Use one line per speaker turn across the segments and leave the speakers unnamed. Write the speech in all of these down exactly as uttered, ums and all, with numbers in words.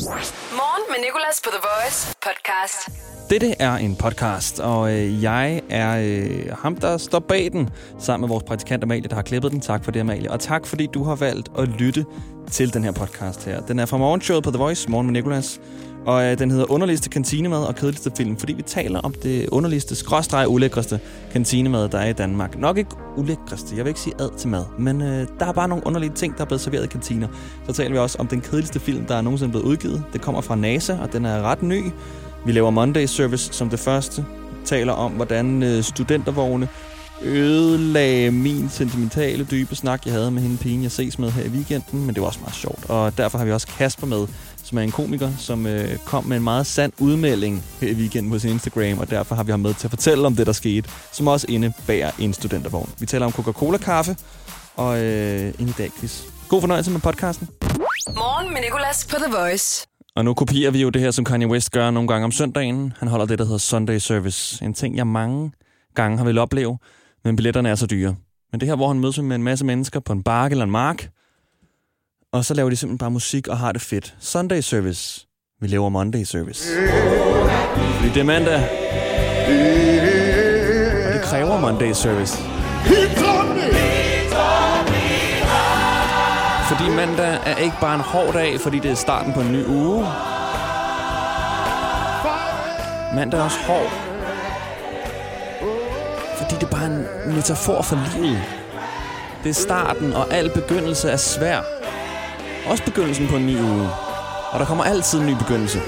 Morgen med Nicolas på The Voice podcast.
Dette er en podcast, og øh, jeg er øh, ham, der står bag den, sammen med vores praktikant Amalie, der har klippet den. Tak for det, Amalie. Og tak, fordi du har valgt at lytte til den her podcast her. Den er fra morgenshowet på The Voice, Morgen med Nicolas. Og øh, den hedder Underligste kantinemad og kedeligste film, fordi vi taler om det underligste, skråstreg ulækreste kantinemad, der er i Danmark. Nok ikke ulækreste, jeg vil ikke sige ad til mad, men øh, der er bare nogle underlige ting, der er blevet serveret i kantiner. Så taler vi også om den kedeligste film, der er nogensinde blevet udgivet. Det kommer fra NASA, og den er ret ny. Vi laver Monday Service som det første. Taler om, hvordan øh, studentervogne ødelagde min sentimentale, dybe snak, jeg havde med hende pigen, jeg ses med her i weekenden. Men det var også meget sjovt. Og derfor har vi også Kasper med, som er en komiker, som øh, kom med en meget sand udmelding her i weekenden på sin Instagram. Og derfor har vi ham med til at fortælle om det, der skete, som også indebærer en studentervogn. Vi taler om Coca-Cola-kaffe og øh, en i dag quiz. God fornøjelse med podcasten.
Morgen med Nicolas på The Voice.
Og nu kopierer vi jo det her, som Kanye West gør nogle gange om søndagen. Han holder det, der hedder Sunday Service. En ting, jeg mange gange har vel opleve, men billetterne er så dyre. Men det her, hvor han mødes med en masse mennesker på en bakke eller en mark, og så laver de simpelthen bare musik og har det fedt. Sunday Service. Vi laver Monday Service. Fordi det er mandag. Og det kræver Monday Service. Fordi mandag er ikke bare en hård dag, fordi det er starten på en ny uge. Mandag er også hård. Fordi det er bare en metafor for livet. Det er starten, og al begyndelse er svær. Også begyndelsen på en ny uge. Og der kommer altid en ny begyndelse.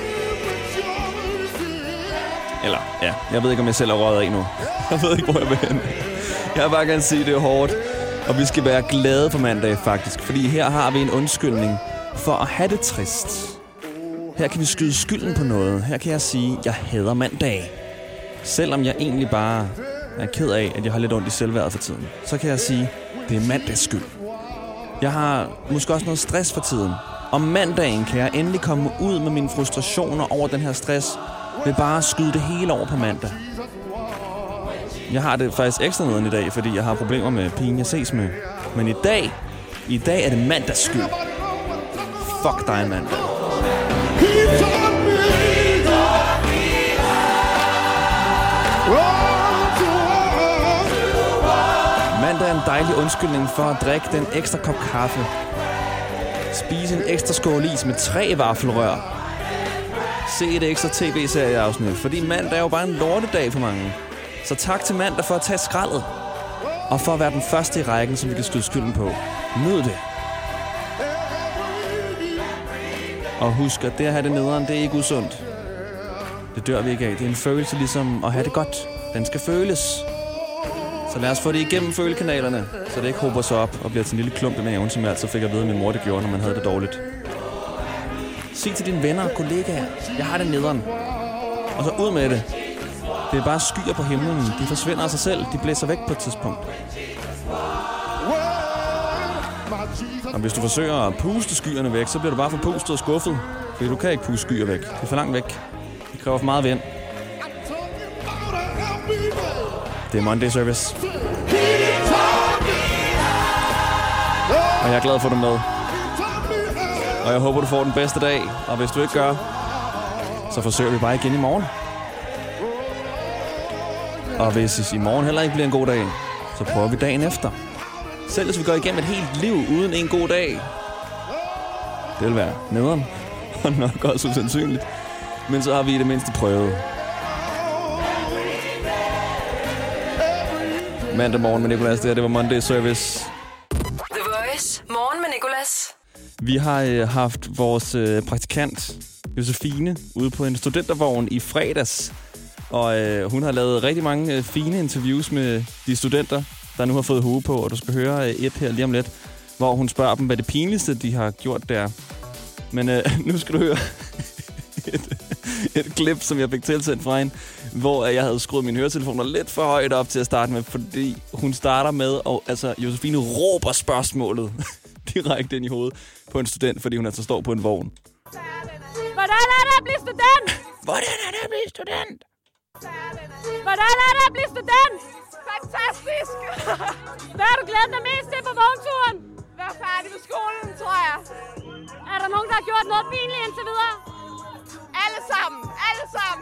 Eller, ja, jeg ved ikke, om jeg selv er røget af nu. Jeg ved ikke, hvor jeg vil hen. Jeg vil bare gerne sige, at det er hårdt. Og vi skal være glade for mandag, faktisk. Fordi her har vi en undskyldning for at have det trist. Her kan vi skyde skylden på noget. Her kan jeg sige, at jeg hader mandag. Selvom jeg egentlig bare er ked af, at jeg har lidt ondt i selvværdet for tiden. Så kan jeg sige, at det er mandags skyld. Jeg har måske også noget stress for tiden. Om mandagen kan jeg endelig komme ud med mine frustrationer over den her stress. Ved bare at skyde det hele over på mandag. Jeg har det faktisk ekstra nederen i dag, fordi jeg har problemer med pigen, jeg ses med. Men i dag, i dag er det mandags skyld. Fuck dig, mandag. Mandag er en dejlig undskyldning for at drikke den ekstra kop kaffe. Spise en ekstra skål is med tre vaffelrør. Se et ekstra tv-serieafsnit, fordi mandag er jo bare en lortedag for mange. Så tak til mandag for at tage skraldet. Og for at være den første i rækken, som vi kan skyde skylden på. Nyd det. Og husk, at det at have det nederen, det er ikke usundt. Det dør vi ikke af. Det er en følelse ligesom at have det godt. Den skal føles. Så lad os få det igennem følekanalerne, så det ikke hober sig op og bliver til en lille klump i maven, som jeg altså fik at vide, at min mor det gjorde, når man havde det dårligt. Sig til dine venner og kollegaer, jeg har det nederen. Og så ud med det. Det er bare skyer på himlen. De forsvinder af sig selv. De blæser væk på et tidspunkt. Og hvis du forsøger at puste skyerne væk, så bliver du bare forpustet og skuffet. Fordi du kan ikke puste skyer væk. Det er for langt væk. Det kræver for meget vind. Det er Monday Service. Og jeg er glad for, at du er med. Og jeg håber, du får den bedste dag. Og hvis du ikke gør, så forsøger vi bare igen i morgen. Og hvis i morgen heller ikke bliver en god dag, så prøver vi dagen efter. Selv hvis vi går igennem et helt liv uden en god dag, det vil være nederen. Og nok også usandsynligt. Men så har vi i det mindste prøvet. Mandag morgen med Nicolas, det her, det var Monday Service.
The Voice. Morgen med Nicolas.
Vi har øh, haft vores øh, praktikant, Josefine, ude på en studentervogn i fredags. Og øh, hun har lavet rigtig mange øh, fine interviews med de studenter, der nu har fået hue på. Og du skal høre øh, et her lige om lidt, hvor hun spørger dem, hvad det pinligste, de har gjort der. Men øh, nu skal du høre et, et klip, som jeg fik tilsendt fra hende, hvor jeg havde skruet mine høretelefoner lidt for højt op til at starte med, fordi hun starter med, og altså Josefine råber spørgsmålet direkte ind i hovedet på en student, fordi hun altså står på en vogn.
Hvordan er det at blive student?
Hvordan er det at blive student?
Hvordan er det at blive student? Fantastisk! Hvad har du glædet dig mest til på vognturen? Være færdig med skolen, tror jeg. Er der nogen, der har gjort noget pinligt indtil videre? Alle sammen! Alle sammen!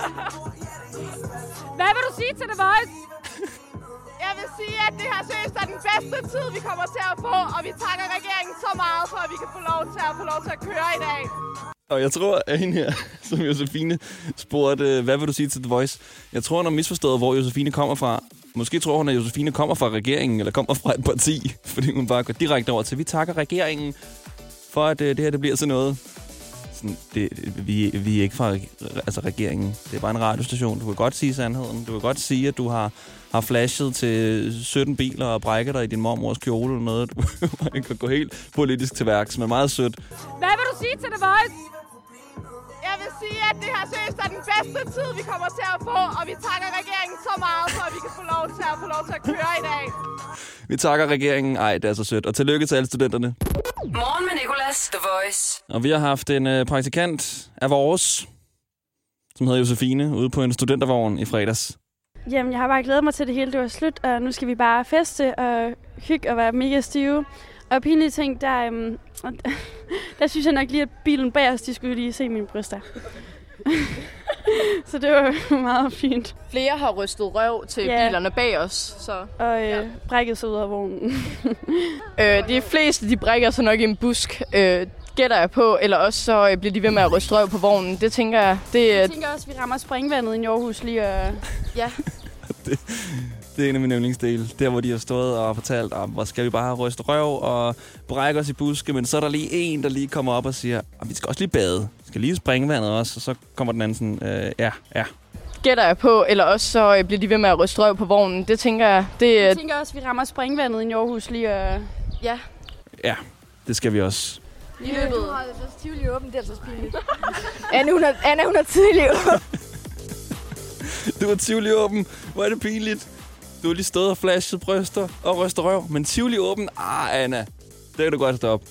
Hvad vil du sige til The Voice? Jeg vil sige, at det her seriøst er den bedste tid, vi kommer til at få, og vi takker regeringen så meget for, at vi kan få lov til at få lov til at køre i dag.
Og jeg tror, at hende her, som Josefine spurgte, hvad vil du sige til The Voice? Jeg tror, hun har misforstået, hvor Josefine kommer fra. Måske tror hun, at Josefine kommer fra regeringen, eller kommer fra et parti, fordi hun bare går direkte over til, vi takker regeringen for, at det her det bliver sådan noget. Sådan, det, vi, vi er ikke fra altså, regeringen. Det er bare en radiostation. Du kan godt sige sandheden. Du kan godt sige, at du har, har flashet til sytten biler og brækket dig i din mormors kjole eller noget. Du kan gå helt politisk til værks, men meget sødt.
Hvad vil du sige til The Voice? Jeg vil sige, at det her seriøst er den bedste tid, vi kommer til at få, og vi takker regeringen så meget for, at vi kan få lov til at få lov til at køre i dag.
Vi takker regeringen. Ej, det er så sødt. Og tillykke til alle studenterne.
Morgen med Nicolas, The Voice.
Og vi har haft en øh, praktikant af vores, som hedder Josefine, ude på en studentervogn i fredags.
Jamen, jeg har bare glædet mig til det hele. Det var slut, og nu skal vi bare feste og hygge og være mega stive. Og pinlige ting, der, øhm, der synes jeg nok lige, at bilen bag os, de skulle lige se mine bryster. Så det var meget fint.
Flere har rystet røv til
ja. bilerne
bag os. Så.
Og øh,
ja.
brækket sig ud af vognen.
øh, de fleste, de brækker sig nok i en busk, øh, gætter jeg på. Eller også så øh, bliver de ved med at ryste røv på vognen. Det tænker jeg. Det,
jeg tænker også, at vi rammer springvandet i Aarhus lige. Og...
ja.
det, det er en af mine yndlingsdele. Der, hvor de har stået og fortalt, om, hvor skal vi bare ryste røv og brække os i buske. Men så er der lige en, der lige kommer op og siger, at vi skal også lige bade. Vi skal lige springe vandet også. Og så kommer den anden sådan, øh, ja, ja.
Gætter jeg på. Eller også så øh, bliver de ved med at ryste røv på vognen. Det tænker jeg. Det,
jeg tænker også, at vi rammer springvandet i Aarhus lige. Og...
ja.
Ja, det skal vi også.
I løbet.
Du har altså tidlig åben, det er altså pinligt.
Anna, hun er, Anna, hun er tidlig åben.
Du var Tivoli åben. Hvor er det pinligt. Du har lige stået og flashet bryster og rystet røv. Men Tivoli åben? Ah, Anna. Det kan du godt stoppe.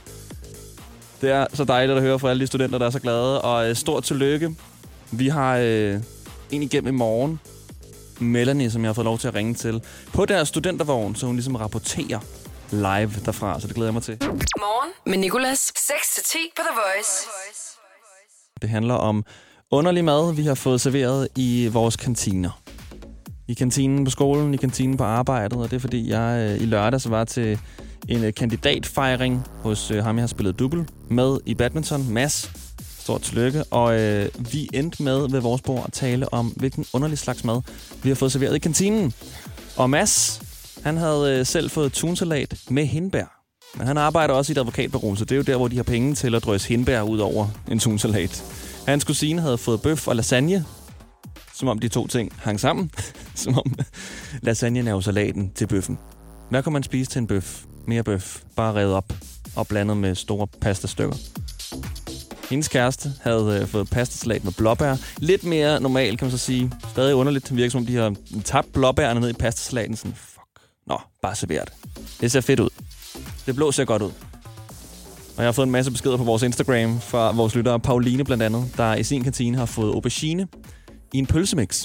Det er så dejligt at høre fra alle de studenter, der er så glade. Og øh, stort tillykke. Vi har øh, en igennem i morgen. Melanie, som jeg har fået lov til at ringe til. På deres studentervogn, så hun ligesom rapporterer live derfra. Så det glæder jeg mig til.
Morgen med Nicolas. seks til ti på The Voice.
Det handler om underlig mad, vi har fået serveret i vores kantiner. I kantinen på skolen, i kantinen på arbejdet, og det er fordi, jeg øh, i lørdags var til en øh, kandidatfejring hos øh, ham, jeg har spillet double med i badminton, Mads. Stort tillykke. Og øh, vi endte med ved vores bord at tale om, hvilken underlig slags mad vi har fået serveret i kantinen. Og Mads, han havde øh, selv fået tunsalat med hindbær. Men han arbejder også i et advokatbureau, så det er jo der, hvor de har penge til at drøse hindbær ud over en tunsalat. Hans kusine havde fået bøf og lasagne, som om de to ting hang sammen. Som om lasagnen er jo salaten til bøffen. Hvad kan man spise til en bøf? Mere bøf. Bare revet op og blandet med store pastastykker. Hendes kæreste havde øh, fået pastasalat med blåbær. Lidt mere normalt, kan man så sige. Stadig underligt. Det virker som om, de har tabt blåbærene ned i pastasalaten. Sådan, fuck. Nå, bare server det. Det ser fedt ud. Det blå ser godt ud. Og jeg har fået en masse beskeder på vores Instagram fra vores lyttere, Pauline blandt andet, der i sin kantine har fået aubergine i en pølsemix.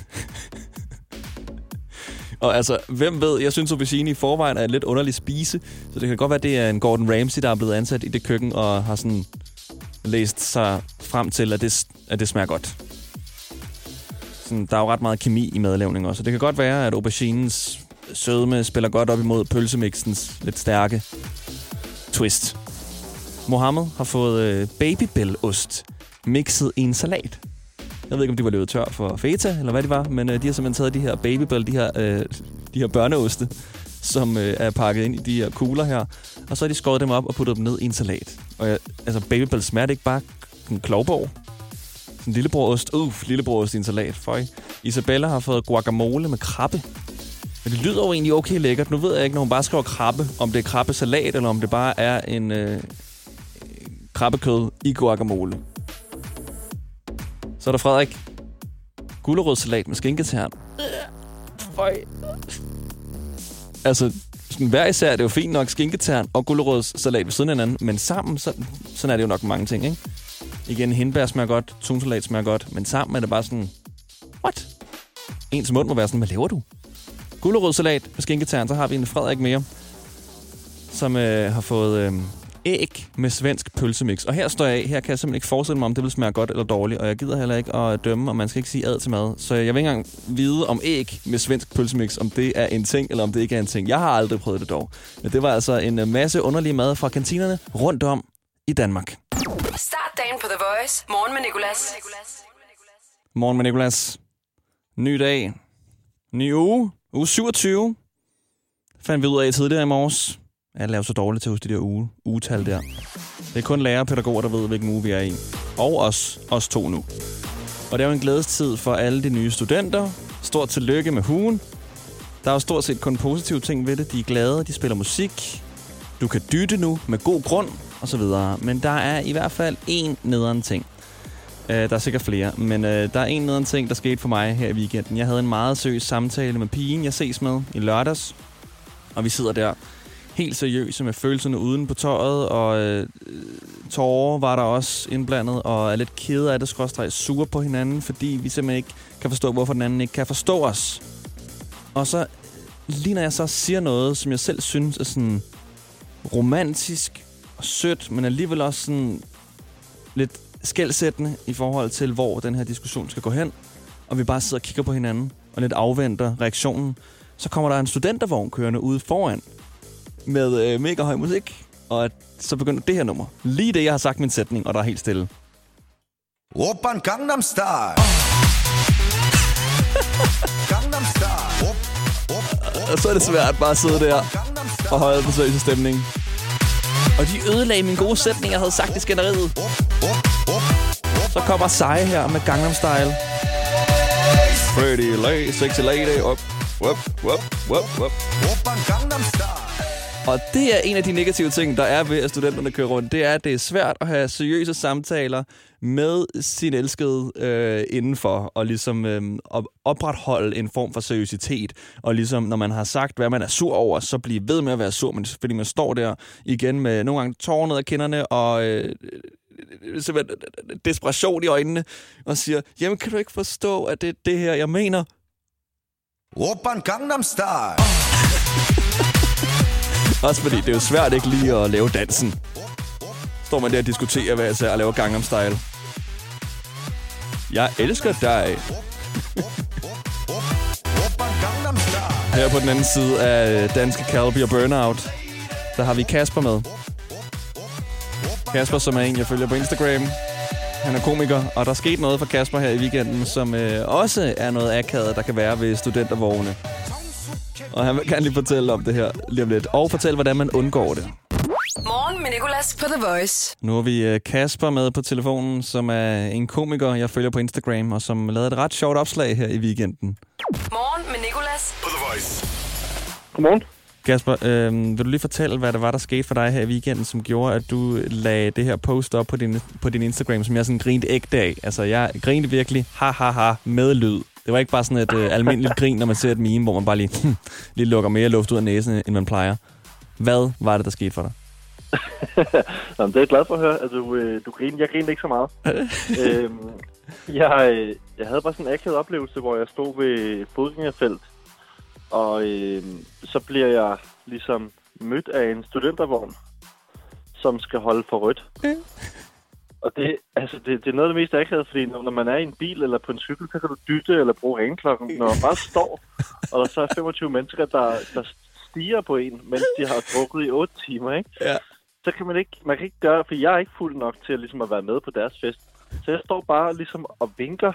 Og altså, hvem ved, jeg synes aubergine i forvejen er et lidt underlig spise, så det kan godt være, det er en Gordon Ramsay, der er blevet ansat i det køkken og har sådan læst sig frem til, at det, at det smager godt. Sådan, der er jo ret meget kemi i madlavning også, så det kan godt være, at auberginens sødme spiller godt op imod pølsemixens lidt stærke twist. Mohammed har fået øh, babybellost mixet i en salat. Jeg ved ikke, om de var løbet tør for feta, eller hvad det var, men øh, de har simpelthen taget de her babybell, de her, øh, de her børneoste, som øh, er pakket ind i de her kugler her, og så har de skåret dem op og puttet dem ned i en salat. Og øh, altså, babybell smager det ikke bare en klovborg? Sådan en lillebrorost. Uff, lillebrorost i en salat. Føj. Isabella har fået guacamole med krabbe. Men det lyder jo egentlig okay lækkert. Nu ved jeg ikke, når hun bare skriver krabbe, om det er krabbesalat, eller om det bare er en øh, krabbekød i guacamole. Så er der Frederik. Gulerodssalat med skinketern. Føj. Altså, sådan hver især er det jo fint nok skinketern og gulerodssalat ved siden af hinanden, men sammen, så, sådan er det jo nok mange ting, ikke? Igen, hindbær smager godt, tunsalat smager godt, men sammen er det bare sådan, what? Ens mund må være sådan, hvad laver du? Gulerodssalat med skinketern, så har vi en Frederik mere, som øh, har fået øh, æg med svensk pølsemix. Og her står jeg af. Her kan jeg simpelthen ikke forestille mig, om det vil smage godt eller dårligt. Og jeg gider heller ikke at dømme, og man skal ikke sige ad til mad. Så jeg vil ikke engang vide om æg med svensk pølsemix, om det er en ting, eller om det ikke er en ting. Jeg har aldrig prøvet det dog. Men det var altså en masse underlige mad fra kantinerne rundt om i Danmark.
Start dagen på The Voice. Morgen med Nicolas.
Morgen med Nicolas. Ny dag. Ny uge. Uge syvogtyve. Fandt vi ud af tidligere i morges. Jeg laver så dårligt til at huske de der uge, ugetal der. Det er kun lærere og pædagoger, der ved, hvilken uge vi er i. Og os, os to nu. Og det er jo en glædestid for alle de nye studenter. Stort tillykke med ugen. Der er jo stort set kun positive ting ved det. De er glade, de spiller musik. Du kan dytte nu med god grund, og så videre. Men der er i hvert fald én nederen ting. Uh, der er sikkert flere, men uh, der er en nederen ting, der skete for mig her i weekenden. Jeg havde en meget seriøs samtale med pigen, jeg ses med i lørdags. Og vi sidder der helt seriøse med følelserne uden på tøjet, og øh, tårer var der også indblandet, og er lidt kede af det, skråstreg sure på hinanden, fordi vi simpelthen ikke kan forstå, hvorfor den anden ikke kan forstå os. Og så lige når jeg så siger noget, som jeg selv synes er sådan romantisk og sødt, men alligevel også sådan lidt skelsættende i forhold til, hvor den her diskussion skal gå hen, og vi bare sidder og kigger på hinanden og lidt afventer reaktionen, så kommer der en studentervogn kørende ude foran med øh, mega høj musik, og så begynder det her nummer. Lige det, jeg har sagt min sætning, og der er helt stille.
Oppan Gangnam Style. Gangnam Style. Op, op, op.
Og så er det svært bare at sidde der og holde den seriøse stemning. Og de ødelagde min gode sætning, jeg havde sagt i skænderiet. Så kommer Seje her med Gangnam Style. Pretty lady, sexy lady, up, up, up, up, up. Og det er en af de negative ting, der er ved, at studenterne kører rundt. Det er, at det er svært at have seriøse samtaler med sin elskede øh, indenfor, og ligesom øh, opretholde en form for seriøsitet. Og ligesom, når man har sagt, hvad man er sur over, så blive ved med at være sur, men fordi man står der igen med nogle gange tårer ned af kinderne, og øh, simpelthen desperation i øjnene, og siger, jamen kan du ikke forstå, at det er det her, jeg mener?
Oppan Gangnam Style.
Også fordi det er jo svært ikke lige at lave dansen. Står man der og diskuterer, hvad jeg siger, og laver Gangnam Style. Jeg elsker dig. Her på den anden side af danske Calby og Burnout, der har vi Kasper med. Kasper, som er en, jeg følger på Instagram. Han er komiker, og der er sket noget for Kasper her i weekenden, som øh, også er noget akavet, der kan være ved studentervogne. Og han vil gerne lige fortælle om det her lige om lidt. Og fortælle, hvordan man undgår det.
Morgen med Nicolas på The Voice.
Nu har vi Kasper med på telefonen, som er en komiker, jeg følger på Instagram, og som lavede et ret sjovt opslag her i weekenden.
Morgen med Nicolas
På The Voice.
Godmorgen.
Kasper, øh, vil du lige fortælle, hvad der var, der skete for dig her i weekenden, som gjorde, at du lagde det her post op på din, på din Instagram, som jeg sådan grinte ægte af? Altså, jeg grinte virkelig ha ha ha med lyd. Det var ikke bare sådan et øh, almindeligt grin, når man ser et meme, hvor man bare lige, lige lukker mere luft ud af næsen, end man plejer. Hvad var det, der skete for dig?
Nå, det er jeg glad for at høre. Altså, du, du griner. Jeg griner ikke så meget. øhm, jeg, jeg havde bare sådan en akavet oplevelse, hvor jeg stod ved fodgængerfelt, og øhm, så bliver jeg ligesom mødt af en studentervogn, som skal holde for rødt. Okay. Og det, altså, det, det er noget af det mest akavet, fordi når, når man er i en bil eller på en cykel, så kan du dytte eller bruge ringeklokken. Når man bare står, og der så er femogtyve mennesker, der, der stiger på en, mens de har drukket i otte timer, ikke?
Ja.
Så kan man ikke, man kan ikke gøre, for jeg er ikke fuld nok til at, ligesom at være med på deres fest. Så jeg står bare ligesom og vinker,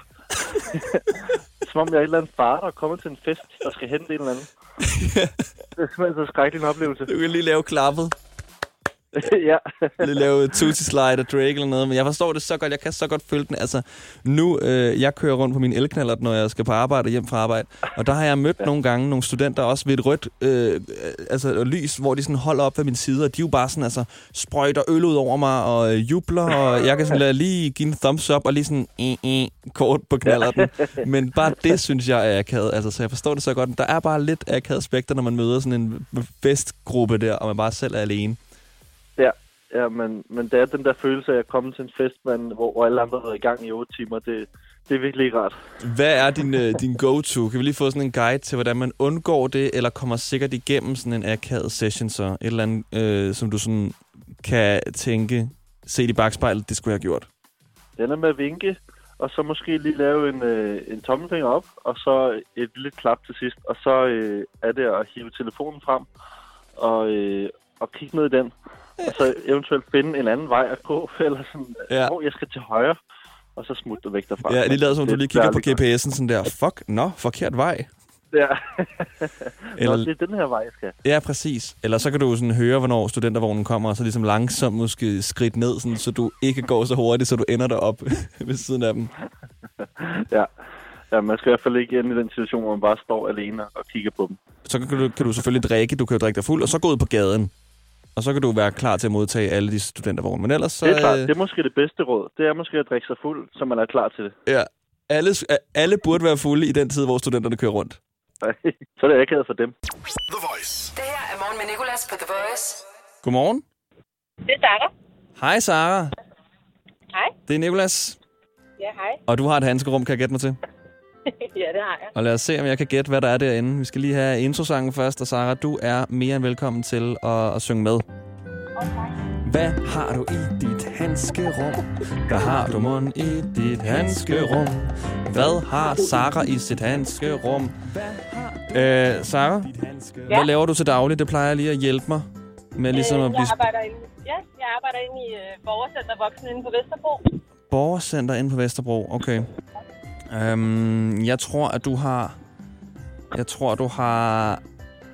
som om jeg er et eller andet far, der er kommet til en fest og skal hente en eller anden. Det er simpelthen så skrækkelig en oplevelse.
Du kan lige lave klappet.
Ja.
Lige lave Tootsie Slide og Drake eller noget, men jeg forstår det så godt, jeg kan så godt følge den. Altså, nu, øh, jeg kører rundt på min elknallert, når jeg skal på arbejde og hjem fra arbejde, og der har jeg mødt ja. nogle gange nogle studenter også ved et rødt øh, altså, lys, hvor de sådan holder op ved min side, og de jo bare sådan, altså, sprøjter øl ud over mig og øh, jubler, og jeg kan sådan lade lige give en thumbs up og lige sådan øh, øh, kort på knallerten. Ja. Men bare det, synes jeg er akavet. Altså, så jeg forstår det så godt. Der er bare lidt akavet aspekter, når man møder sådan en festgruppe der, og man bare selv er alene.
Ja, ja men, men det er den der følelse af at komme til en fest, man, hvor, hvor alle andre har været i gang i otte timer. Det, det er virkelig ikke rart. Hvad
er din, øh, din go-to? Kan vi lige få sådan en guide til, hvordan man undgår det, eller kommer sikkert igennem sådan en akavet session, så et eller andet, øh, som du sådan kan tænke, se i bagspejlet, det skulle jeg have gjort?
Den er med at vinke, og så måske lige lave en, øh, en tommelfinger op, og så et lille klap til sidst. Og så øh, er det at hive telefonen frem og, øh, og kigge ned i den. Og så eventuelt finde en anden vej at gå, eller sådan,
ja.
hvor jeg skal til højre, og så smutte du væk derfra.
Ja, lige lader som du lige kigger på G P S'en sådan der, fuck, nå, forkert vej.
Ja,
eller,
nå, det er den her vej, jeg skal.
Ja, præcis. Eller så kan du sådan høre, hvornår studentervognen kommer, og så ligesom langsomt måske skridt ned, sådan, så du ikke går så hurtigt, så du ender derop ved siden af dem.
Ja. Ja, man skal i hvert fald ikke ende i den situation, hvor man bare står alene og kigger på dem.
Så kan du, kan du selvfølgelig drikke, du kan jo drikke dig fuld, og så gå ud på gaden. Og så kan du være klar til at modtage alle de studentervogne. Men ellers så...
Det er klart, det er måske det bedste råd. Det er måske at drikke sig fuld, så man er klar til det.
Ja, alle, alle burde være fulde i den tid, hvor studenterne kører rundt.
Så er det akavet for dem.
The Voice. Det her er Morgen med Nicolas på The Voice.
Godmorgen.
Det er Sara.
Hej, Sara.
Hej.
Det er Nicolas.
Ja, hej.
Og du har et handskerum, kan jeg gætte mig til?
Ja, det har jeg.
Og lad os se, om jeg kan gætte, hvad der er derinde. Vi skal lige have introsangen først, og Sara, du er mere end velkommen til at, at synge med.
Okay.
Hvad har du i dit handskerum? Hvad har du mund i dit handskerum? Hvad har Sara i sit handskerum? Øh, Sara, ja? Hvad laver du til daglig? Det plejer lige at hjælpe mig med ligesom
øh,
at blive...
Jeg arbejder inde, ja, jeg arbejder inde i uh, Borgercenter Voksen inde på Vesterbro.
Borgercenter inde på Vesterbro, okay. Um, jeg tror, at du har... Jeg tror, du har...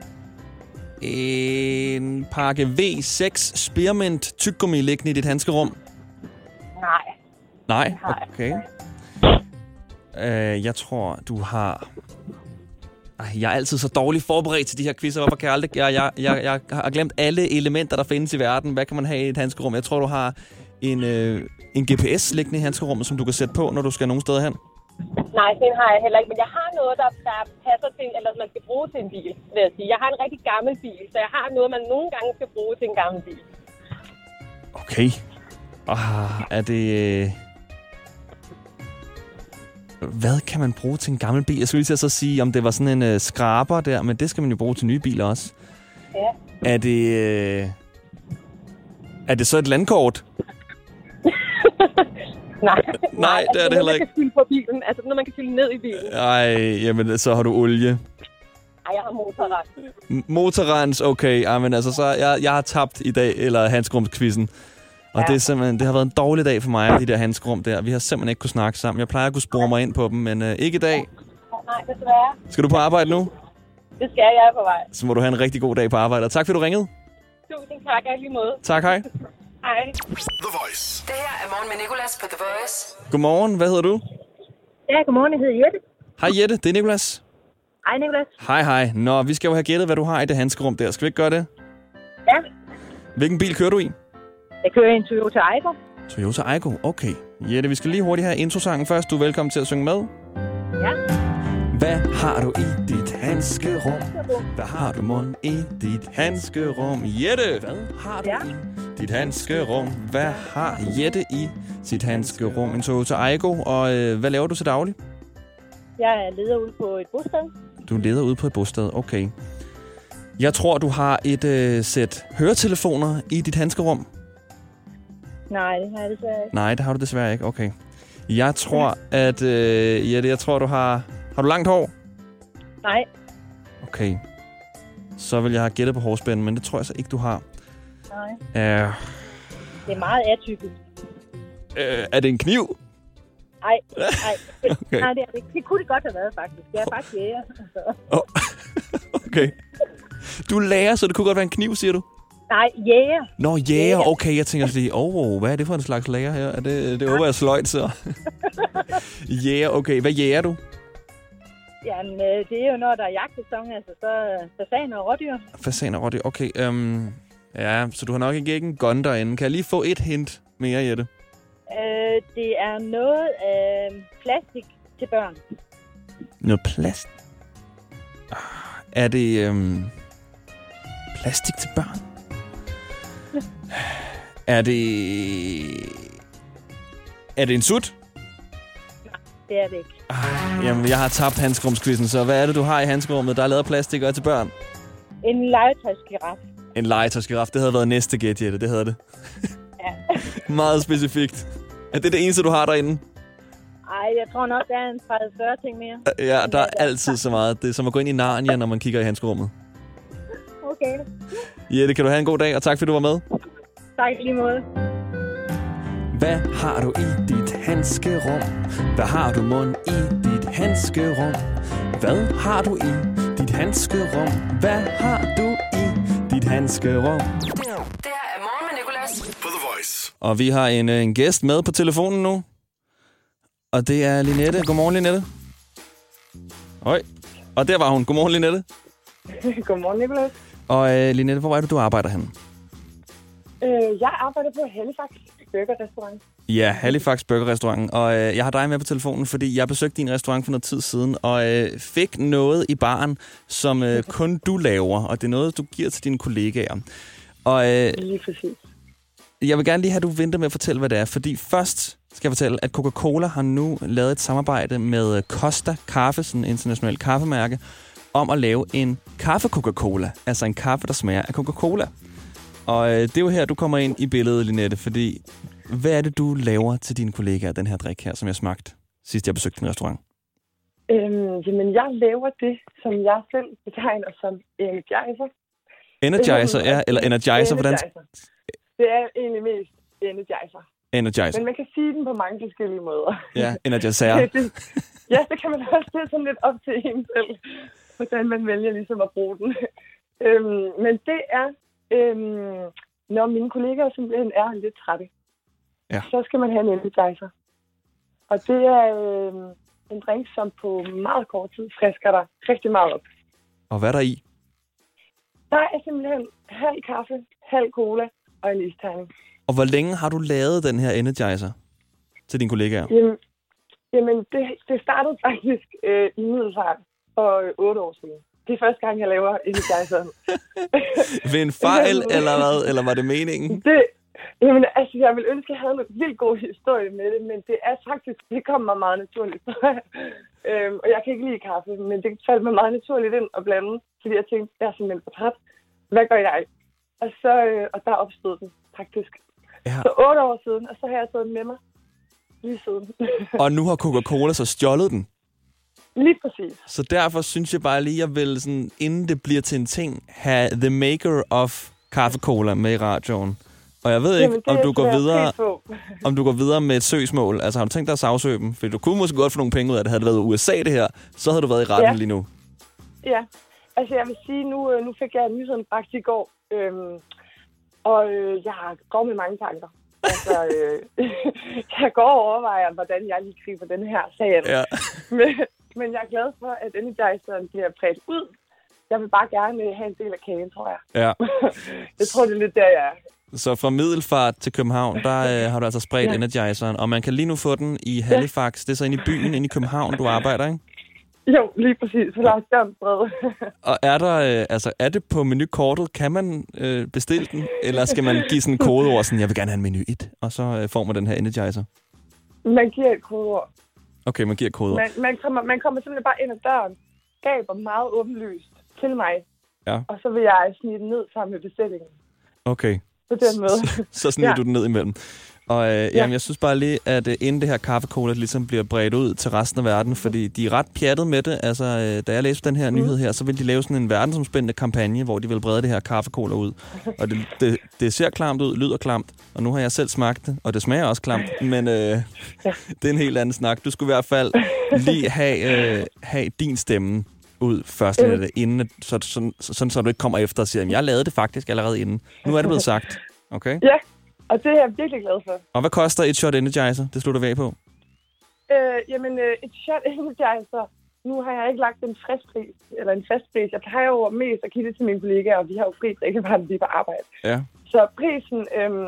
en pakke V seks Spearmint tyggegummi liggende i dit handskerum.
Nej.
Nej? Okay. Uh, jeg tror, du har... Ej, jeg er altid så dårligt forberedt til de her quizzer. Hvorfor kan jeg aldrig... Jeg, jeg, jeg, jeg har glemt alle elementer, der findes i verden. Hvad kan man have i et handskerum? Jeg tror, du har en, øh, en G P S liggende i handskerummet, som du kan sætte på, når du skal nogen steder hen.
Nej, den har jeg heller ikke. Men jeg har noget, der, der passer til, eller man skal bruge til en bil, vil jeg sige. Jeg har en rigtig gammel bil, så jeg har noget, man nogle gange skal bruge til en gammel bil.
Okay. Ah, er det... Hvad kan man bruge til en gammel bil? Jeg skulle lige til at så sige, om det var sådan en uh, skraber der, men det skal man jo bruge til nye biler også.
Ja.
Er det... Uh... Er det så et landkort?
Nej.
Nej, det er det heller ikke.
Man kan fylde på bilen. Altså, når man kan fylde ned i bilen.
Ej, jamen, så har du olie.
Ej, jeg har motorrens.
Motorrens, okay. Ej, men altså, så jeg, jeg har tabt i dag, eller handskerumskvizzen. Og ja. det, er simpelthen, det har været en dårlig dag for mig, de der handskerum der. Vi har simpelthen ikke kunne snakke sammen. Jeg plejer at kunne spore mig ind på dem, men uh, ikke i dag.
Nej, desværre.
Skal du på arbejde nu?
Det skal jeg, på vej.
Så må du have en rigtig god dag på arbejde. Og tak, fordi du ringede.
Tusind tak, jeg lige måde.
Tak, hej.
Hej.
The Voice. Det her er Morgen med Nicolas på The Voice.
Godmorgen, hvad hedder du?
Ja, godmorgen, jeg hedder Jette.
Hej Jette, det er Nicolas.
Hej Nicolas.
Hej, hej. Nå, vi skal jo have gættet, hvad du har i det handskerum der. Skal vi ikke gøre det?
Ja.
Hvilken bil kører du i?
Jeg kører i en Toyota Aygo.
Toyota Aygo, okay. Jette, vi skal lige hurtigt have introsangen først. Du er velkommen til at synge med.
Ja.
Hvad har du i dit handskerum? Hvad har du mund i dit handskerum? Jette, hvad har du
ja.
i dit handskerum? Hvad har Jette i sit handskerum? En Toyota Aygo, og øh, hvad laver du til daglig?
Jeg er leder ude på et bosted.
Du er leder ude på et bosted, okay. Jeg tror, du har et øh, sæt høretelefoner i dit handskerum.
Nej, det har jeg desværre ikke.
Nej, det har du desværre ikke, okay. Jeg tror, at... Øh, Jette, jeg tror, du har... Har du langt hår?
Nej.
Okay. Så vil jeg have gættet på hårspænden, men det tror jeg så ikke, du har.
Nej.
Uh,
det er meget atypisk.
Uh, er det en kniv?
Nej, nej.
Okay.
Nej, det, er, det, det kunne det godt have været, faktisk. Det er faktisk jæger. Altså.
Oh. Okay. Du er lærer, så det kunne godt være en kniv, siger du?
Nej, jæger.
Nå, jæger. Okay, jeg tænker lige, åh, oh, hvad er det for en slags lærer her? Er det, det håber jeg sløjt, så. Jæger, okay. Hvad jæger du?
Jamen, det er jo, når der er jagtsæson, altså så fasaner og rådyr.
Fasaner og rådyr, okay. Um, ja, så du har nok ikke en gun derinde. Kan jeg lige få et hint mere, Jette?
Øh, det er noget af øh, plastik til børn.
Noget plastik? Ah, er det um, plastik til børn? Er det... Er det en sut?
Nej, det er det ikke.
Ah, jamen, jeg har tabt handskerumskvisten, så hvad er det, du har i handskerummet, der er lavet plastik og er til børn?
En legetøjsgiraf.
En legetøjsgiraf, det havde været næste gæt, Jette, det havde det.
Ja.
Meget specifikt. Er det det eneste, du har derinde?
Ej, jeg tror nok, der er en tredive fyrre ting mere.
Ja, der er altid så meget. Det er som at gå ind i Narnia, når man kigger i handskerummet.
Okay.
Jette, kan du have en god dag, og tak fordi du var med.
Tak lige måde.
Hvad har du i dit handskerum? Hvad har du mund i dit handskerum? Hvad har du i dit handskerum? Hvad har du i dit handskerum?
Det her er Morgen med Nicolas.
På The Voice.
Og vi har en, en gæst med på telefonen nu. Og det er Linette. Godmorgen, Linette. Høj. Og der var hun. Godmorgen, Linette.
Godmorgen, Nicolas.
Og øh, Linette, hvor er det, du arbejder henne?
Øh, jeg arbejder på Halifax Burger-restaurant.
Ja, Halifax Burger-restauranten. Og øh, jeg har dig med på telefonen, fordi jeg besøgte din restaurant for noget tid siden, og øh, fik noget i baren, som øh, kun du laver, og det er noget, du giver til dine kollegaer. Og øh,
Lige præcis.
jeg vil gerne lige have, at du venter med at fortælle, hvad det er, fordi først skal jeg fortælle, at Coca-Cola har nu lavet et samarbejde med Costa Kaffe, sådan en international kaffemærke, om at lave en kaffe-Coca-Cola, altså en kaffe, der smager af Coca-Cola. Og øh, det er jo her, du kommer ind i billedet, Linette, fordi hvad er det, du laver til dine kollegaer, den her drik her, som jeg smagte sidst, jeg besøgte din restaurant?
Øhm, jamen, jeg laver det, som jeg selv betegner som energizer.
Energizer, ja, eller energizer, hvordan?
Det er egentlig mest energizer.
Energizer.
Men man kan sige den på mange forskellige måder.
Ja, energizer.
det, ja, det kan man også. Det er sådan lidt op til en selv, hvordan man vælger ligesom at bruge den. øhm, men det er, øhm, når mine kollegaer simpelthen er lidt trætte,
ja.
så skal man have en energizer. Og det er øhm, en drink, som på meget kort tid frisker dig rigtig meget op.
Og hvad er der i?
Der er simpelthen halv kaffe, halv cola og en isterning.
Og hvor længe har du lavet den her energizer til dine kollegaer?
Jamen, jamen det, det startede faktisk øh, i Middelfart for øh, otte år siden. Det er første gang, jeg laver energizer.
Ved en fejl, eller hvad? Eller var det meningen?
Det, jamen, altså, jeg ville ønske, at jeg havde en vildt god historie med det, men det er faktisk, det kom mig meget naturligt. øhm, og jeg kan ikke lide kaffe, men det faldt mig meget naturligt ind at blande, fordi jeg tænkte, jeg er simpelthen for træt. Hvad gør jeg? Og, så, øh, og der opstod den, faktisk.
Ja.
Så otte år siden, og så har jeg taget den med mig lige siden.
Og nu har Coca-Cola så stjålet den?
Lige præcis.
Så derfor synes jeg bare lige, at jeg vil, sådan, inden det bliver til en ting, have the maker of kaffe-cola med i radioen. Og jeg ved ikke, Jamen, om du går videre om du går videre med et søgsmål. Altså har du tænkt dig at sagsøge dem? For du kunne måske godt få nogle penge ud af det. Havde det været U S A det her, så havde du været i retten
ja.
lige nu.
Ja, altså jeg vil sige, nu, nu fik jeg nyheden bragt i går. Øhm, og øh, jeg går med mange tanker. Altså, øh, jeg går og overvejer, hvordan jeg lige griber den her sag.
Ja.
Men, men jeg er glad for, at energizeren bliver bredt ud. Jeg vil bare gerne have en del af kagen, tror jeg.
Ja.
Jeg tror, det er lidt der, jeg er.
Så fra Middelfart til København, der øh, har du altså spredt ja. energizeren. Og man kan lige nu få den i Halifax. Ja. Det er så inde i byen, inde i København, du arbejder, ikke?
Jo, lige præcis. For Lars Jørgensbred.
Og er der, øh, altså, er det på menukortet? Kan man øh, bestille den? Eller skal man give sådan en kodeord, sådan, jeg vil gerne have en menu et, og så øh, får man den her energizer?
Man giver et kodeord.
Okay, man giver et kodeord.
Man, man, kommer, man kommer simpelthen bare ind ad døren, gaber meget åbenlyst til mig,
ja.
og så vil jeg snige den ned sammen med bestillingen.
Okay.
På den måde.
Så, så sniger ja. du den ned imellem. Og øh, ja. jamen, jeg synes bare lige, at øh, inden det her kaffe-cola ligesom bliver bredt ud til resten af verden, fordi de er ret pjattet med det. Altså, øh, da jeg læste den her mm. nyhed her, så vil de lave sådan en verdensomspændende kampagne, hvor de vil brede det her kaffe-cola ud. Og det, det, det ser klamt ud, lyder klamt, og nu har jeg selv smagt det, og det smager også klamt, men øh, ja. det er en helt anden snak. Du skulle i hvert fald lige have, øh, have din stemme ud først, mm. det, inden, så, sådan, sådan, så du ikke kommer efter og siger, at jeg lavede det faktisk allerede inden. Nu er det blevet sagt. Okay?
Ja. Og det er jeg virkelig glad for.
Og hvad koster et shot energizer? Det slutter vi af på.
Øh, jamen, øh, et shot energizer, nu har jeg ikke lagt en frisk pris, eller en fast pris. Jeg plejer jo mest at give det til mine kollegaer, og vi har jo fri drikkevarer, når vi er på arbejde.
Ja.
Så prisen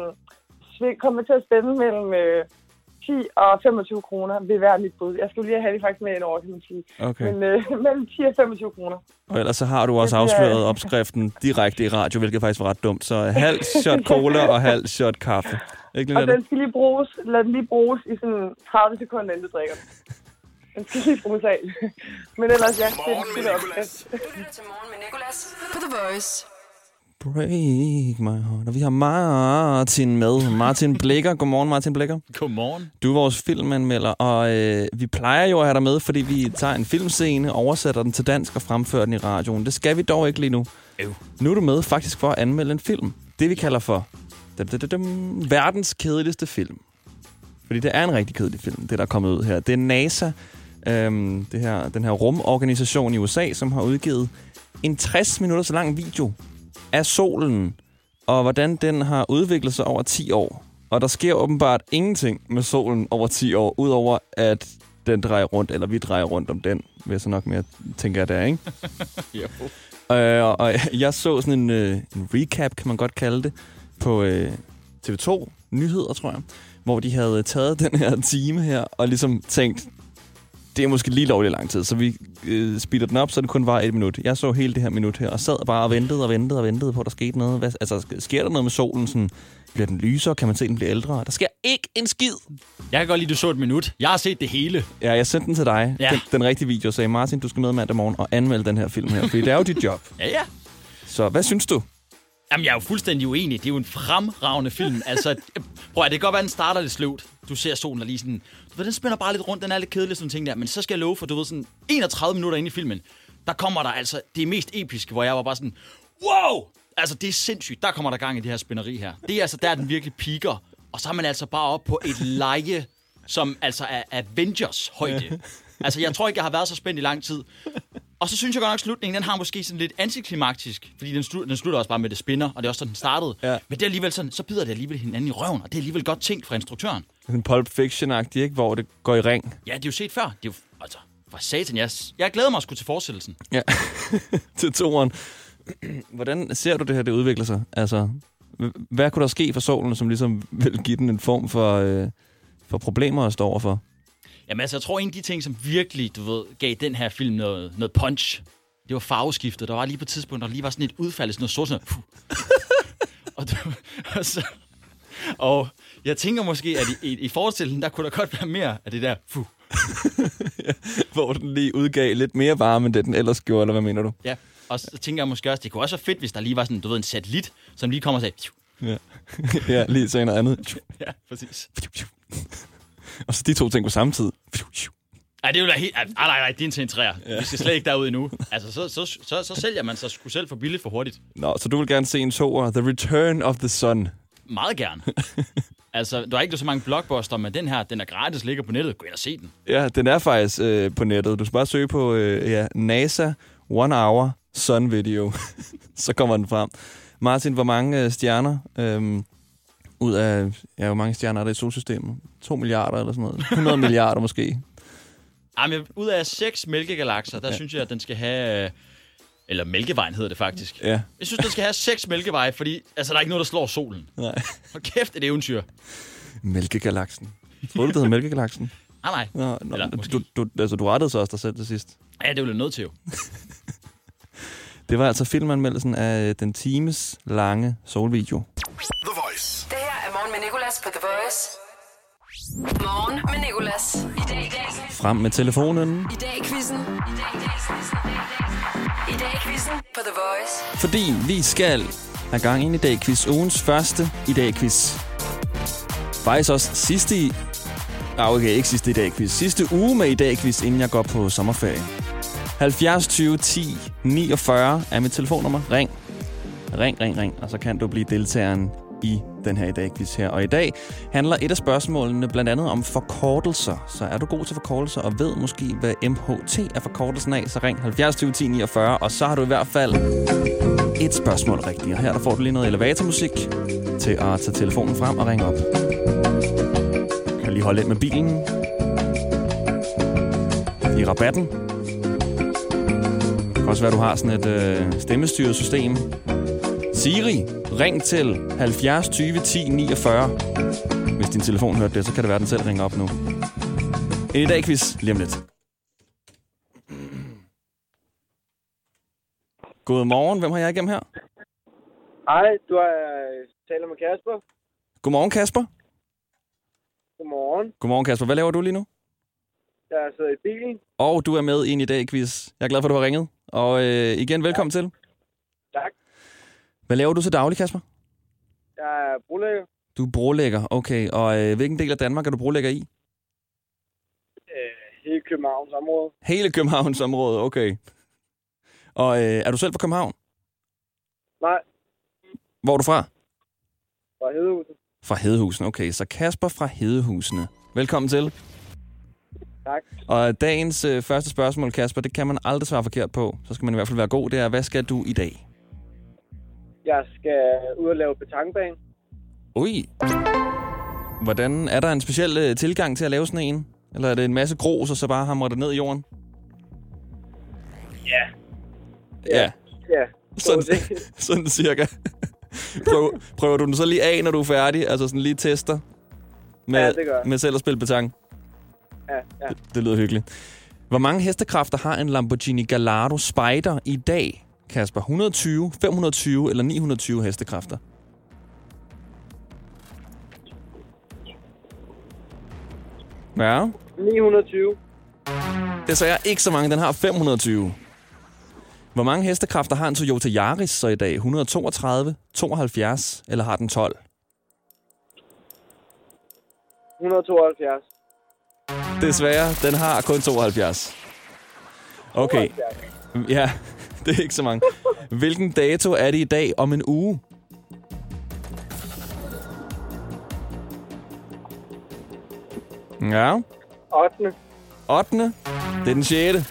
øh, kommer til at spænde mellem øh, ti og femogtyve kroner vil være mit bud. Jeg skulle lige have det faktisk med ind over, kan man sige.
Okay.
Men øh, mellem ti og femogtyve kroner.
Og ellers så har du også afsløret opskriften direkte i radio, hvilket faktisk var ret dumt. Så halv shot cola og halv shot kaffe. Ikke
og den skal lige bruges, lad den lige bruges i sådan tredive sekunder, inden du drikker den. Den skal lige bruges af. Men ellers ja, det er det opskrift.
Du lytter til Morgen med Nicolas på The Voice.
Break my heart. Og vi har Martin med. Martin Blikker. Godmorgen, Martin Blikker.
Godmorgen.
Du er vores filmanmelder, og øh, vi plejer jo at have dig med, fordi vi tager en filmscene, oversætter den til dansk og fremfører den i radioen. Det skal vi dog ikke lige nu.
Øv.
Nu er du med faktisk for at anmelde en film. Det vi kalder for dum, dum, dum, dum, verdens kedeligste film. Fordi det er en rigtig kedelig film, det der er kommet ud her. Det er NASA, øhm, det her, den her rumorganisation i U S A, som har udgivet en tres minutter lang video af solen, og hvordan den har udviklet sig over ti år. Og der sker åbenbart ingenting med solen over ti år, udover at den drejer rundt, eller vi drejer rundt om den, vil jeg så nok mere tænke, at det er, ikke?
Jo.
Øh, og, og jeg så sådan en, øh, en recap, kan man godt kalde det, på øh, T V to Nyheder, tror jeg, hvor de havde taget den her time her, og ligesom tænkt, det er måske lige lovligt lang tid, så vi øh, speeder den op, så det kun var et minut. Jeg så hele det her minut her, og sad bare og ventede og ventede og ventede på, at der skete noget. Hvad, altså, sker der noget med solen? Sådan, bliver den lysere? Kan man se, den bliver ældre? Der sker ikke en skid.
Jeg kan godt lide, at du så et minut. Jeg har set det hele.
Ja, jeg sendte den til dig,
ja.
den, den rigtige video, og sagde, Martin, du skal med mandag morgen og anmelde den her film her, fordi det er jo dit job.
Ja, ja.
Så hvad synes du?
Jamen, jeg er jo fuldstændig uenig. Det er jo en fremragende film. Altså, prøv at det kan godt være, den starter lidt sløvt. Du ser solen, der lige sådan... Du ved, den spænder bare lidt rundt, den er lidt kedelig, sådan ting der. Men så skal jeg love for, du ved, sådan enogtredive minutter inde i filmen, der kommer der altså det mest episke, hvor jeg var bare sådan... Wow! Altså, det er sindssygt. Der kommer der gang i det her spænderi her. Det er altså, der den virkelig piker. Og så er man altså bare oppe på et leje, som altså er Avengers-højde. Altså, jeg tror ikke, jeg har været så spændt i lang tid. Og så synes jeg godt nok, at slutningen, den har måske sådan lidt antiklimaktisk, fordi den, slu- den slutter også bare med det spinner, og det er også sådan, den startede. Ja. Men det er alligevel sådan, så bider det alligevel hinanden i røven, og det er alligevel godt tænkt fra instruktøren.
En Pulp Fiction-agtig, ikke? Hvor det går i ring.
Ja, det er jo set før. Det er jo, altså, for satan, jeg, jeg glæder mig at skulle til fortsættelsen.
Ja, til toeren. Hvordan ser du det her, det udvikler sig? Altså, hvad kunne der ske for solen, som ligesom vil give den en form for, øh, for problemer at stå overfor?
Jamen altså, jeg tror, en af de ting, som virkelig, du ved, gav den her film noget, noget punch, det var farveskiftet. Der var lige på et tidspunkt, der lige var sådan et udfald, sådan noget sort, sådan og, du, og, så, og jeg tænker måske, at i, i, i forestillingen, der kunne der godt være mere af det der fuh.
Ja, hvor den lige udgav lidt mere varme, end det den ellers gjorde, eller hvad mener du?
Ja, og så tænker jeg måske også, det kunne også være fedt, hvis der lige var sådan, du ved, en satellit, som lige kommer og sagde...
Ja, ja lige sagde noget andet.
Ja, præcis.
Og så de to ting på samme tid.
Ej, det er jo da helt... Ej, nej, nej, det er en centrærer. Ja. Vi skal slet ikke derud endnu. Altså, så, så, så, så sælger man sig sgu selv for billigt for hurtigt.
Nå, så du vil gerne se en toer, The Return of the Sun.
Meget gerne. Altså, der er ikke så mange blockbuster, men den her, den er gratis, ligger på nettet. Gå ind og se den.
Ja, den er faktisk øh, på nettet. Du skal bare søge på øh, ja, NASA One Hour Sun Video. Så kommer den frem. Martin, hvor mange øh, stjerner... Øh, ud af, ja, hvor mange stjerner er der i solsystemet? To milliarder eller sådan noget? hundrede milliarder måske?
Jamen, ud af seks mælkegalakser, der ja. synes jeg, at den skal have... Eller Mælkevejen hedder det faktisk.
Ja. Jeg
synes, den skal have seks mælkeveje, fordi altså, der er ikke noget, der slår solen.
Nej.
Hold kæft, et eventyr.
Mælkegalaksen. Tror du, det hedder Mælkegalaksen?
Nej, nej.
Nå, nå,
eller,
du, du, altså, du rettede så også dig selv til sidst.
Ja, det ville jeg nødt til jo.
Det var altså filmanmeldelsen af den times lange solvideo.
The Voice.
Det her er Morgen med Nicolas på The Voice. Morgen med Nicolas. I dag i dag.
Frem med telefonen.
I dag i quizzen. I dag i dag. I dag i quizzen på The Voice.
Fordi vi skal have gang i en i dag quiz. Ugens første i dag quiz. Faktisk også sidste i... Ah, okay, ikke sidste i dag quiz. Sidste uge med i dag quiz, inden jeg går på sommerferie. halvfjerds tyve ti niogfyrre er mit telefonnummer. Ring. Ring, ring, ring. Og så kan du blive deltageren i den her i dag quiz her. Og i dag handler et af spørgsmålene blandt andet om forkortelser. Så er du god til forkortelser og ved måske, hvad M H T er forkortelsen af, så ring halvfjerds tyve ti niogfyrre, og så har du i hvert fald et spørgsmål rigtigt. Og her der får du lige noget elevatormusik til at tage telefonen frem og ringe op. Du kan lige holde lidt med bilen. I rabatten. Det kan også være, du har sådan et øh, stemmestyret system. Siri, ring til halvfjerds tyve ti niogfyrre. Hvis din telefon hørte det, så kan det være, den selv ringer op nu. En i dag quiz lige om lidt. Godmorgen, hvem har jeg igennem her?
Hej, du er taler med Kasper.
Godmorgen, Kasper.
Godmorgen.
Godmorgen, Kasper. Hvad laver du lige nu?
Jeg sidder i bilen.
Og du er med i en i dag quiz. Jeg er glad for, at du har ringet. Og øh, igen, velkommen ja. til.
Tak.
Hvad laver du til daglig, Kasper?
Jeg er brolægger.
Du er brolægger, okay. Og øh, hvilken del af Danmark er du brolægger i?
Øh, hele Københavns område.
Hele Københavns område, okay. Og øh, er du selv fra København?
Nej.
Hvor er du fra?
Fra Hedehusene.
Fra Hedehusene, okay. Så Kasper fra Hedehusene. Velkommen til.
Tak.
Og dagens øh, første spørgsmål, Kasper, det kan man aldrig svare forkert på. Så skal man i hvert fald være god. Det er, hvad skal du i dag?
Jeg skal ud og lave petanquebane.
Ui. Hvordan er der en speciel øh, tilgang til at lave sådan en? Eller er det en masse grus, og så bare hamrer det ned i jorden?
Ja.
Ja.
Ja.
Sådan, sådan cirka. Prøv, prøver du den så lige af, når du er færdig? Altså sådan lige tester? Med,
Ja, det gør jeg.
Med selv at spille petanque?
Ja, ja.
Det, det lyder hyggeligt. Hvor mange hestekræfter har en Lamborghini Gallardo Spider i dag, Kasper? et hundrede og tyve, fem hundrede og tyve eller ni hundrede og tyve hestekræfter? Ja.
ni hundrede og tyve.
Det så jeg ikke så mange. Den har fem hundrede og tyve. Hvor mange hestekræfter har en Toyota Yaris så i dag? et hundrede og toogtredive, tooghalvfjerds eller har den tolv?
et hundrede og tooghalvfjerds.
Desværre, den har kun tooghalvfjerds. Okay. Ja, det er ikke så mange. Hvilken dato er det i dag om en uge? Ja.
ottende.
ottende. Det er den sjette.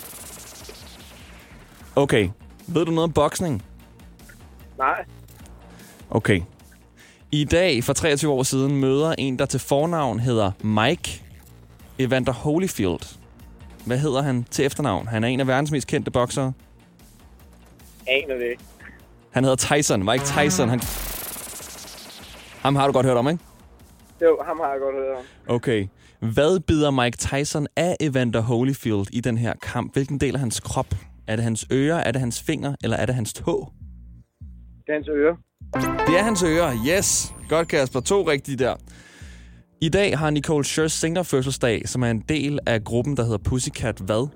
Okay. Ved du noget om boksning?
Nej.
Okay. I dag, for treogtyve år siden, møder en, der til fornavn hedder Mike Evander Holyfield. Hvad hedder han til efternavn? Han er en af verdens mest kendte boksere.
Aner det ikke.
Han hedder Tyson. Mike Tyson. Han... Ham har du godt hørt om, ikke?
Jo, ham har jeg godt hørt om.
Okay. Hvad bider Mike Tyson af Evander Holyfield i den her kamp? Hvilken del af hans krop? Er det hans ører, er det hans finger, eller er det hans tå?
Det er hans ører.
Det er hans ører. Yes. Godt, Kasper. To rigtige der. I dag har Nicole Scherzinger fødselsdag, som er en del af gruppen, der hedder Pussycat hvad?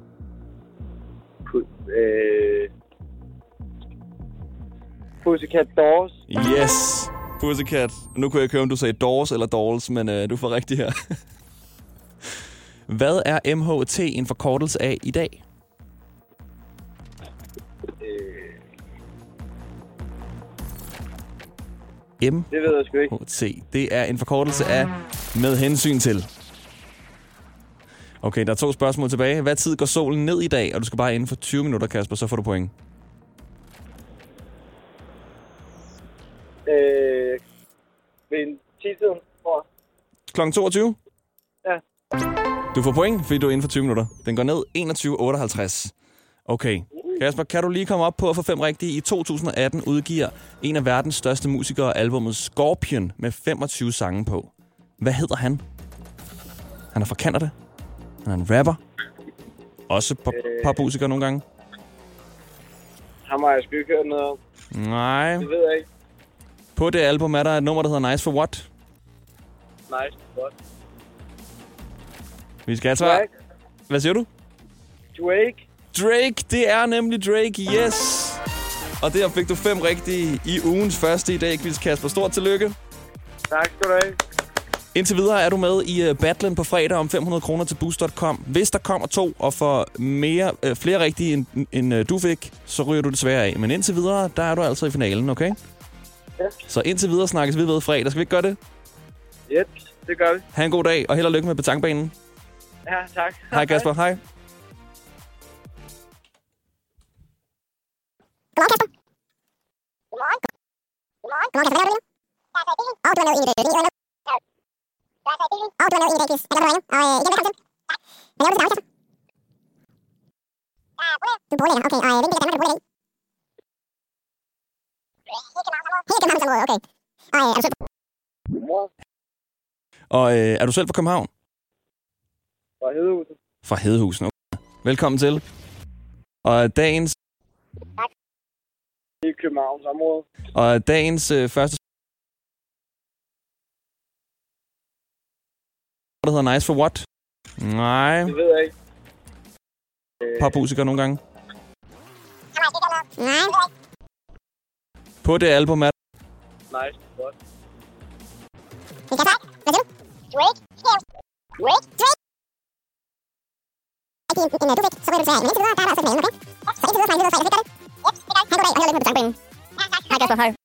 Pu- øh... Pussycat Dolls.
Yes. Pussycat. Nu kunne jeg ikke høre, om du sagde Doors eller Dolls, men øh, du får rigtigt her. Hvad er M H T en forkortelse af i dag? M
Det ved jeg sgu ikke.
H T. Det er en forkortelse af med hensyn til. Okay, der er to spørgsmål tilbage. Hvad tid går solen ned i dag? Og du skal bare inden for tyve minutter, Kasper, så får du point.
Øh... Ved en ti-tiden, tror jeg.
klokken toogtyve?
Ja.
Du får point, fordi du er inden for tyve minutter. Den går ned enogtyve otteoghalvtreds. Okay. Kasper, kan du lige komme op på at få fem rigtige? I to tusind og atten udgiver en af verdens største musikere albumet Scorpion med femogtyve sange på. Hvad hedder han? Han er fra Canada. Han er en rapper. Også pop-
Øh.
popmusiker nogle gange.
Ham har jeg sgu ikke hørt noget om.
Nej.
Det ved jeg ikke.
På det album er der et nummer, der hedder Nice for What?
Nice, godt.
Vi skal have et svar.
Drake.
Hvad siger du?
Drake.
Drake, det er nemlig Drake, yes! Og der fik du fem rigtige i ugens første i dag, quiz, Kasper. Stort tillykke.
Tak skal du have.
Indtil videre er du med i uh, battlen på fredag om fem hundrede kroner til boost punktum com. Hvis der kommer to og får mere, uh, flere rigtige, end, end uh, du fik, så ryger du desværre af. Men indtil videre, der er du altså i finalen, okay?
Ja.
Så indtil videre snakkes vi ved fredag. Skal vi ikke gøre det?
Yes, det gør vi.
Ha' en god dag, og held og lykke med petanquebanen.
Ja, tak.
Hej Kasper, hej.
Godmorgen, Kasper. Godmorgen. Godmorgen, Kasper. Hvad laver du lige? Og du har lavet en i dag. Og du har lavet en i dag, Chris. Jeg kan du og igen, velkommen til. Hvad laver du til daglig, Kasper? Du er brolægger, okay. Og hvilken del af Danmark er du brolægger i? Hele Københavnsområdet, okay. Og er du selv
Og øh, er du selv fra København?
Fra Hedehusene.
Fra Hedehusene, okay. Velkommen til. Og dagens...
Tak. I Københavns område.
Og dagens øh, første... der hedder Nice for What? Nej.
Det ved jeg ikke.
Popmusiker nogle gange.
Nej.
På det album er...
Nice. Godt.
Drake. Drake. Drake. Drake. En, en, du fik, så ryger du til her. Men indtil videre, der er der altså finalen, okay? Så indtil videre, så er det videre, så er det. Yep, det gør det. Han går af, og hælder lidt med betonbanen. Hej, Kasper. Hej.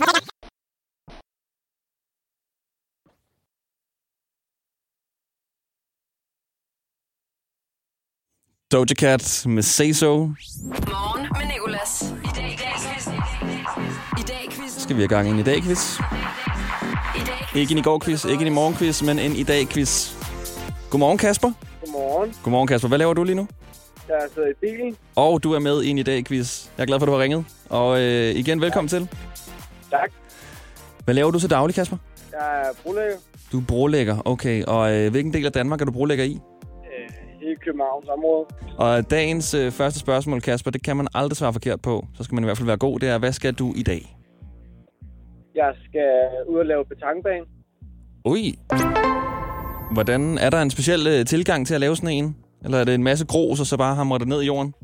Doja Cat med Say So.
Morgen med Nicolas. I dag i dag-quizzen. I dag-quizzen.
Skal vi have gang i en i dag-quiz? Ikke en i går-quiz, ikke en i morgen-quiz, men en i dag-quiz. Godmorgen, Kasper.
Godmorgen.
Godmorgen, Kasper. Hvad laver du lige nu?
Jeg sidder i bilen.
Og du er med i en i dag-quiz. Jeg er glad for, at du har ringet. Og øh, igen, velkommen ja. til.
Tak.
Hvad laver du til daglig, Kasper?
Jeg er brolægger.
Du er brolægger, okay. Og øh, hvilken del af Danmark er du brolægger i?
Øh, hele Københavns område.
Og dagens øh, første spørgsmål, Kasper, det kan man aldrig svare forkert på. Så skal man i hvert fald være god. Det er, hvad skal du i dag?
Jeg skal ud og lave petanquebane.
Ui. Hvordan er der en speciel øh, tilgang til at lave sådan en? Eller er det en masse grus, og så bare hamrer det ned i jorden?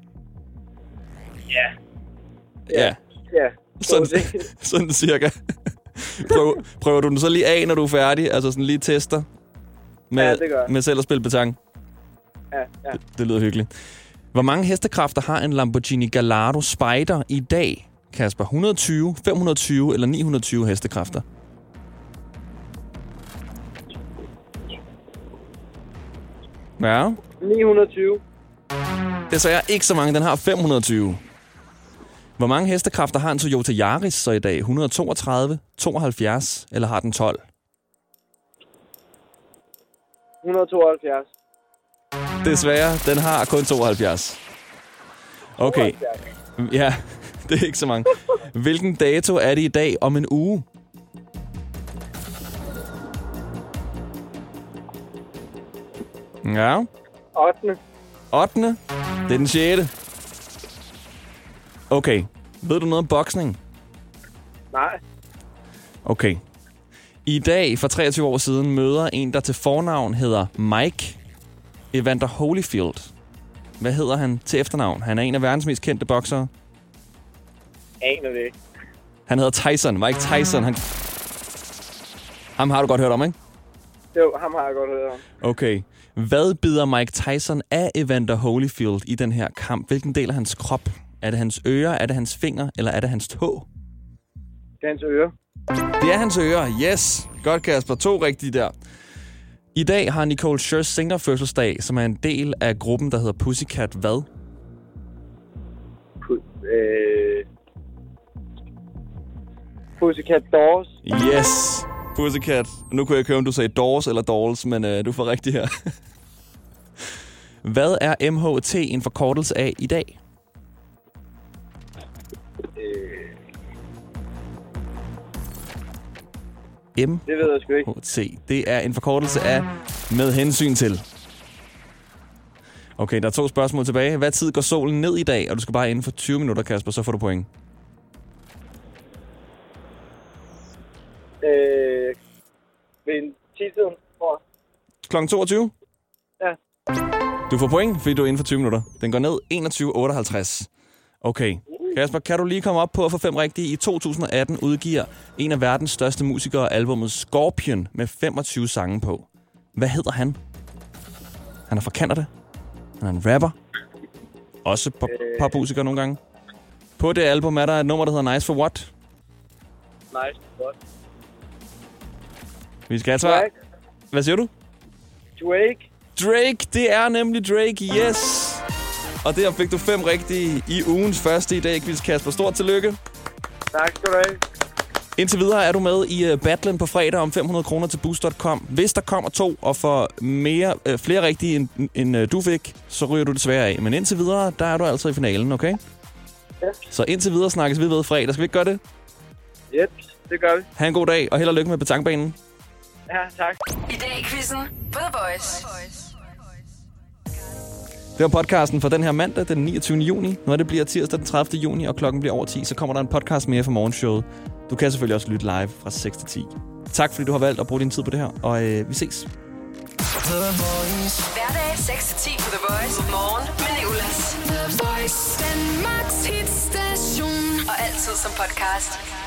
Ja.
Ja.
Ja.
Sådan, sådan cirka. Prøv, prøver du den så lige af, når du er færdig? Altså sådan lige tester? Med,
ja, det gør jeg.
Med selv at spille petanque?
Ja, ja.
Det, det lyder hyggeligt. Hvor mange hestekræfter har en Lamborghini Gallardo Spider i dag, Kasper? et hundrede og tyve, fem hundrede og tyve eller ni hundrede og tyve hestekræfter? Ja.
ni hundrede og tyve.
Det sagde jeg ikke så mange. Den har fem hundrede og tyve. Hvor mange hestekræfter har en Toyota Yaris så i dag? et hundrede og toogtredive, tooghalvfjerds eller har den tolv?
et hundrede og tooghalvfjerds.
Desværre, den har kun tooghalvfjerds. Okay. Ja, det er ikke så mange. Hvilken dato er det i dag om en uge? Ja.
ottende.
ottende. Det er den sjette. Okay. Ved du noget om boksning?
Nej.
Okay. I dag, for treogtyve år siden, møder en, der til fornavn hedder Mike Evander Holyfield. Hvad hedder han til efternavn? Han er en af verdens mest kendte boksere.
Aner det ikke.
Han hedder Tyson. Mike Tyson. Han... Ham har du godt hørt om, ikke?
Jo, ham har jeg godt hørt om.
Okay. Hvad bider Mike Tyson af Evander Holyfield i den her kamp? Hvilken del af hans krop? Er det hans ører, er det hans finger, eller er det hans tå?
Det er hans ører.
Det er hans ører. Yes. Godt, Kasper. To rigtige der. I dag har Nicole Scherzinger fødselsdag, som er en del af gruppen, der hedder Pussycat hvad?
Pu- øh... Pussycat Dolls.
Yes. Pussycat. Nu kunne jeg ikke høre, om du sagde Dolls eller Dolls, men øh, du får rigtigt her. Hvad er M H T en forkortelse af i dag? M
Det ved jeg sgu ikke.
H T. Det er en forkortelse af med hensyn til. Okay, der er to spørgsmål tilbage. Hvad tid går solen ned i dag? Og du skal bare inden for tyve minutter, Kasper, så får du point.
Øh... Ved en ti-tiden, tror jeg.
klokken toogtyve?
Ja.
Du får point, fordi du er inden for tyve minutter. Den går ned enogtyve otteoghalvtreds. Okay. Kasper, kan du lige komme op på at få fem rigtige? I to tusind og atten udgiver en af verdens største musikere albumet Scorpion med femogtyve sange på. Hvad hedder han? Han er fra Canada. Han er en rapper. Også pop-
øh...
popmusiker nogle gange. På det album er der et nummer, der hedder Nice for What?
Nice for What?
Vi skal have svar. Hvad siger du?
Drake.
Drake, det er nemlig Drake, yes! Og der fik du fem rigtige i ugens første i dag, quiz, Kasper. Stort tillykke.
Tak skal du have.
Indtil videre er du med i uh, battlen på fredag om fem hundrede kroner til boost punktum com. Hvis der kommer to og får mere, uh, flere rigtige, end, end uh, du fik, så ryger du desværre af. Men indtil videre, der er du altså i finalen, okay?
Ja.
Så indtil videre snakkes vi ved fredag. Skal vi ikke gøre det?
Yep, det gør vi.
Ha' en god dag, og held og lykke med petanquebanen.
Ja, tak.
I dag i quizzen på The Voice.
Det var podcasten for den her mandag, den niogtyvende juni. Når det bliver tirsdag den tredivte juni, og klokken bliver over ti, så kommer der en podcast mere fra morgenshowet. Du kan selvfølgelig også lytte live fra seks til ti. Tak fordi du har valgt at bruge din tid på det her, og øh, vi ses.
Hverdag seks til ti på The Voice. Morgen med Nicolas. The Voice. Danmarks hitstation. og altid som podcast.